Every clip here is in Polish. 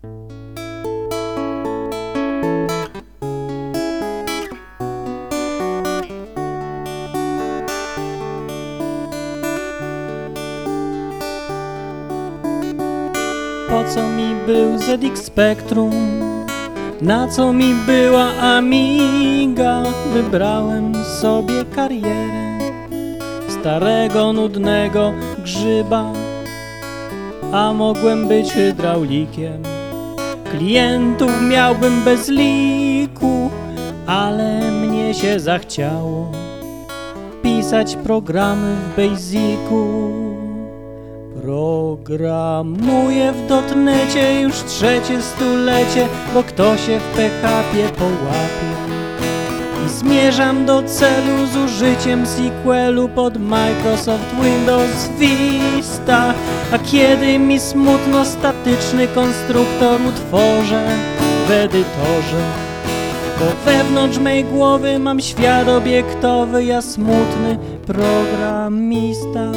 Po co mi był ZX Spectrum? Na co mi była Amiga? Wybrałem sobie karierę starego, nudnego grzyba, a mogłem być hydraulikiem. Klientów miałbym bez liku, ale mnie się zachciało pisać programy w Basicu. Programuję w dotnecie już trzecie stulecie, bo kto się w PHP połapie. I zmierzam do celu z użyciem sequelu pod Microsoft Windows Vista. A kiedy mi smutno, statyczny konstruktor utworzę w edytorze, bo wewnątrz mej głowy mam świat obiektowy, ja smutny programista.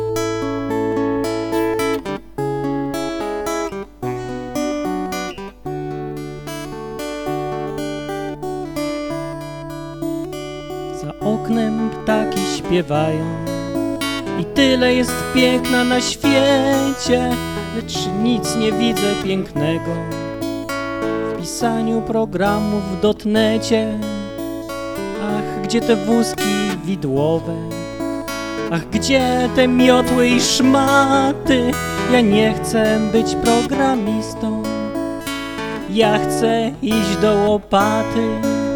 Za oknem ptaki śpiewają i tyle jest piękna na świecie, lecz nic nie widzę pięknego w pisaniu programów w dotnecie. Ach, gdzie te wózki widłowe? Ach, gdzie te miotły i szmaty? Ja nie chcę być programistą, ja chcę iść do łopaty.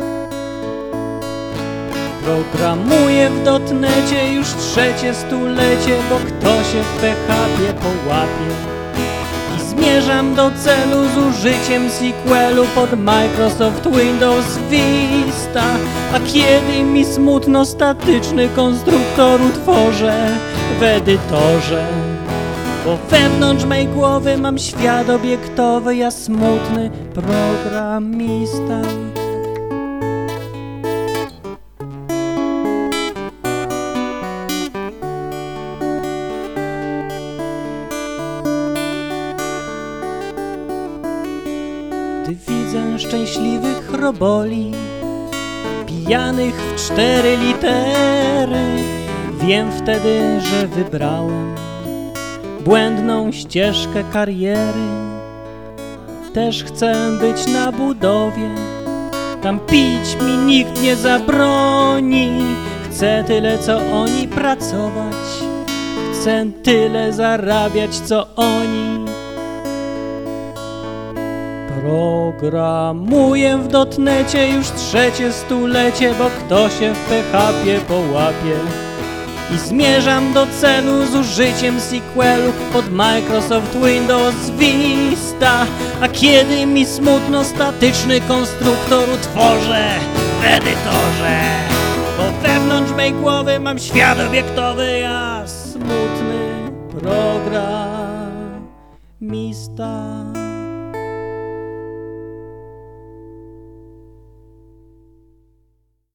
Programuję w dotnecie już trzecie stulecie, bo kto się w PHP połapie. I zmierzam do celu z użyciem sequelu pod Microsoft Windows Vista. A kiedy mi smutno, statyczny konstruktor utworzę w edytorze, bo wewnątrz mej głowy mam świat obiektowy, ja smutny programista. Gdy widzę szczęśliwych roboli, pijanych w 4 litery, wiem wtedy, że wybrałem błędną ścieżkę kariery. Też chcę być na budowie, tam pić mi nikt nie zabroni. Chcę tyle co oni pracować, chcę tyle zarabiać co oni. Programuję w dotnecie już trzecie stulecie, bo kto się w PHP połapie. I zmierzam do celu z użyciem sequelu pod Microsoft Windows Vista. A kiedy mi smutno, statyczny konstruktor utworzę w edytorze, bo wewnątrz mej głowy mam świat obiektowy, ja smutny programista.